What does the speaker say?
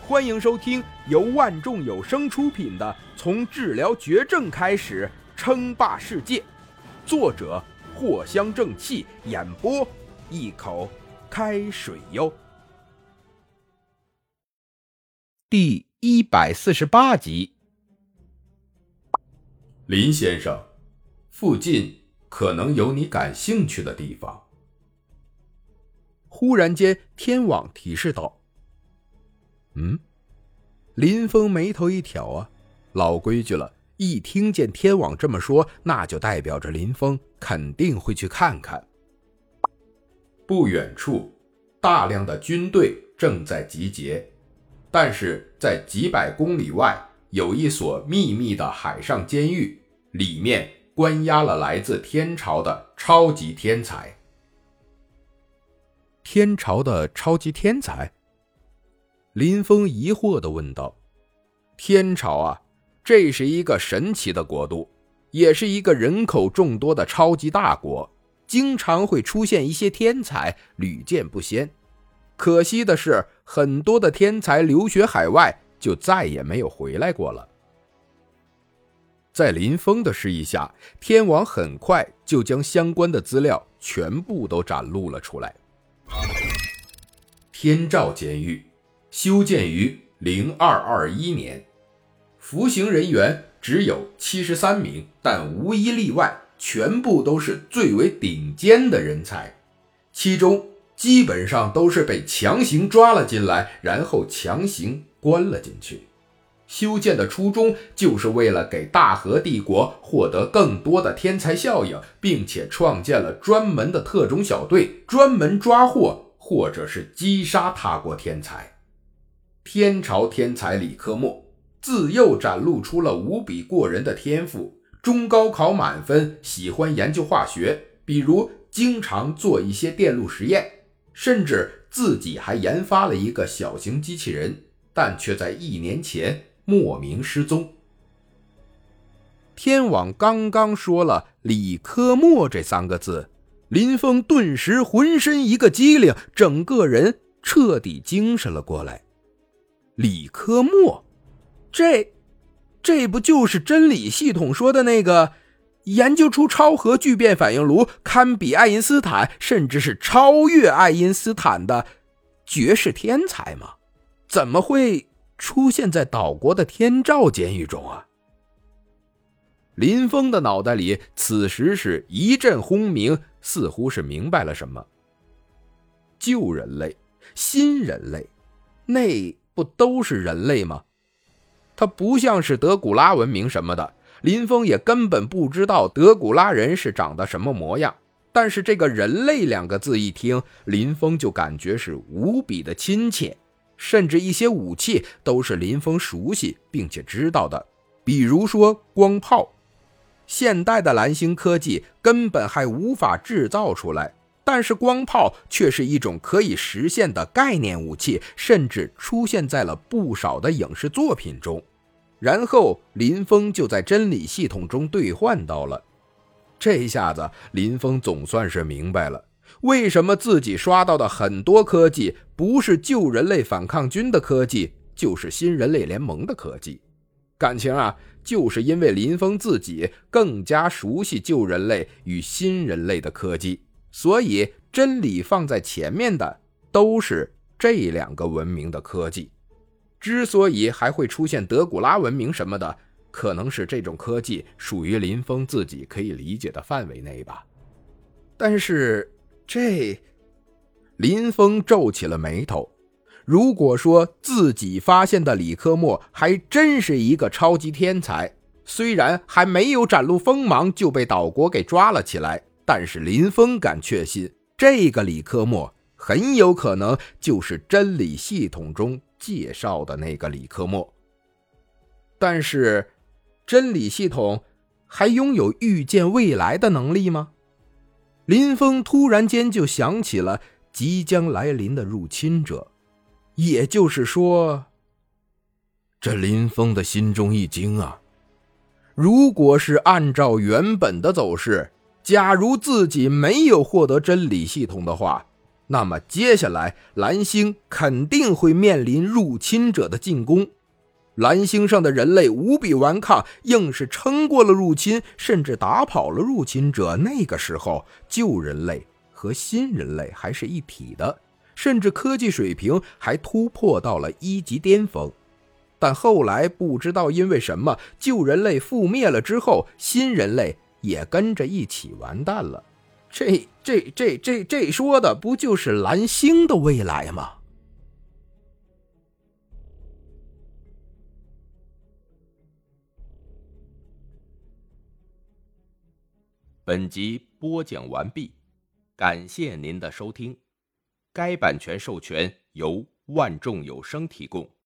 欢迎收听由万众有声出品的《从治疗绝症开始称霸世界》，作者藿香正气，演播一口开水哟。第148集。 林先生，附近可能有你感兴趣的地方。 忽然间，天网提示道：林峰眉头一挑啊，老规矩了，一听见天网这么说，那就代表着林峰肯定会去看看。 不远处，大量的军队正在集结，但是在几百公里外，有一所秘密的海上监狱，里面关押了来自天朝的超级天才。 天朝的超级天才？林峰疑惑地问道。天朝啊，这是一个神奇的国度，也是一个人口众多的超级大国，经常会出现一些天才，屡见不鲜。可惜的是，很多的天才留学海外，就再也没有回来过了。在林峰的示意下，天网很快就将相关的资料全部都展露了出来。 天照监狱修建于0221年，服刑人员只有73名，但无一例外，全部都是最为顶尖的人才，其中基本上都是被强行抓了进来，然后强行关了进去。修建的初衷就是为了给大和帝国获得更多的天才效应，并且创建了专门的特种小队，专门抓获或者是击杀他国天才。天朝天才李科莫自幼展露出了无比过人的天赋，中高考满分，喜欢研究化学，比如经常做一些电路实验，甚至自己还研发了一个小型机器人，但却在1年前莫名失踪。 天网刚刚说了李科莫这3个字，林峰顿时浑身一个激灵，整个人彻底精神了过来。李科莫，这不就是真理系统说的那个研究出超核聚变反应炉，堪比爱因斯坦，甚至是超越爱因斯坦的绝世天才吗？怎么会出现在岛国的天照监狱中啊？林峰的脑袋里此时是一阵轰鸣，似乎是明白了什么。旧人类，新人类，那不都是人类吗？它不像是德古拉文明什么的，林峰也根本不知道德古拉人是长得什么模样，但是这个人类2个字一听，林峰就感觉是无比的亲切，甚至一些武器都是林峰熟悉并且知道的，比如说光炮。现代的蓝星科技根本还无法制造出来，但是光炮却是一种可以实现的概念武器，甚至出现在了不少的影视作品中。然后林峰就在真理系统中兑换到了。这下子林峰总算是明白了，为什么自己刷到的很多科技不是旧人类反抗军的科技，就是新人类联盟的科技。感情啊，就是因为林峰自己更加熟悉旧人类与新人类的科技，所以真理放在前面的都是这2个文明的科技。之所以还会出现德古拉文明什么的，可能是这种科技属于林峰自己可以理解的范围内吧。但是林峰皱起了眉头，如果说自己发现的李科莫还真是一个超级天才，虽然还没有展露锋芒就被岛国给抓了起来，但是林峰敢确信，这个李科莫很有可能就是真理系统中介绍的那个李科莫。但是真理系统还拥有预见未来的能力吗？林峰突然间就想起了即将来临的入侵者，也就是说，这林峰的心中一惊啊。如果是按照原本的走势，假如自己没有获得真理系统的话， 那么接下来蓝星肯定会面临入侵者的进攻。蓝星上的人类无比顽抗，硬是撑过了入侵，甚至打跑了入侵者。那个时候旧人类和新人类还是一体的，甚至科技水平还突破到了1级巅峰。但后来不知道因为什么，旧人类覆灭了之后，新人类也跟着一起完蛋了。这说的不就是蓝星的未来吗？ 本集播讲完毕，感谢您的收听。该版权授权由万众有声提供。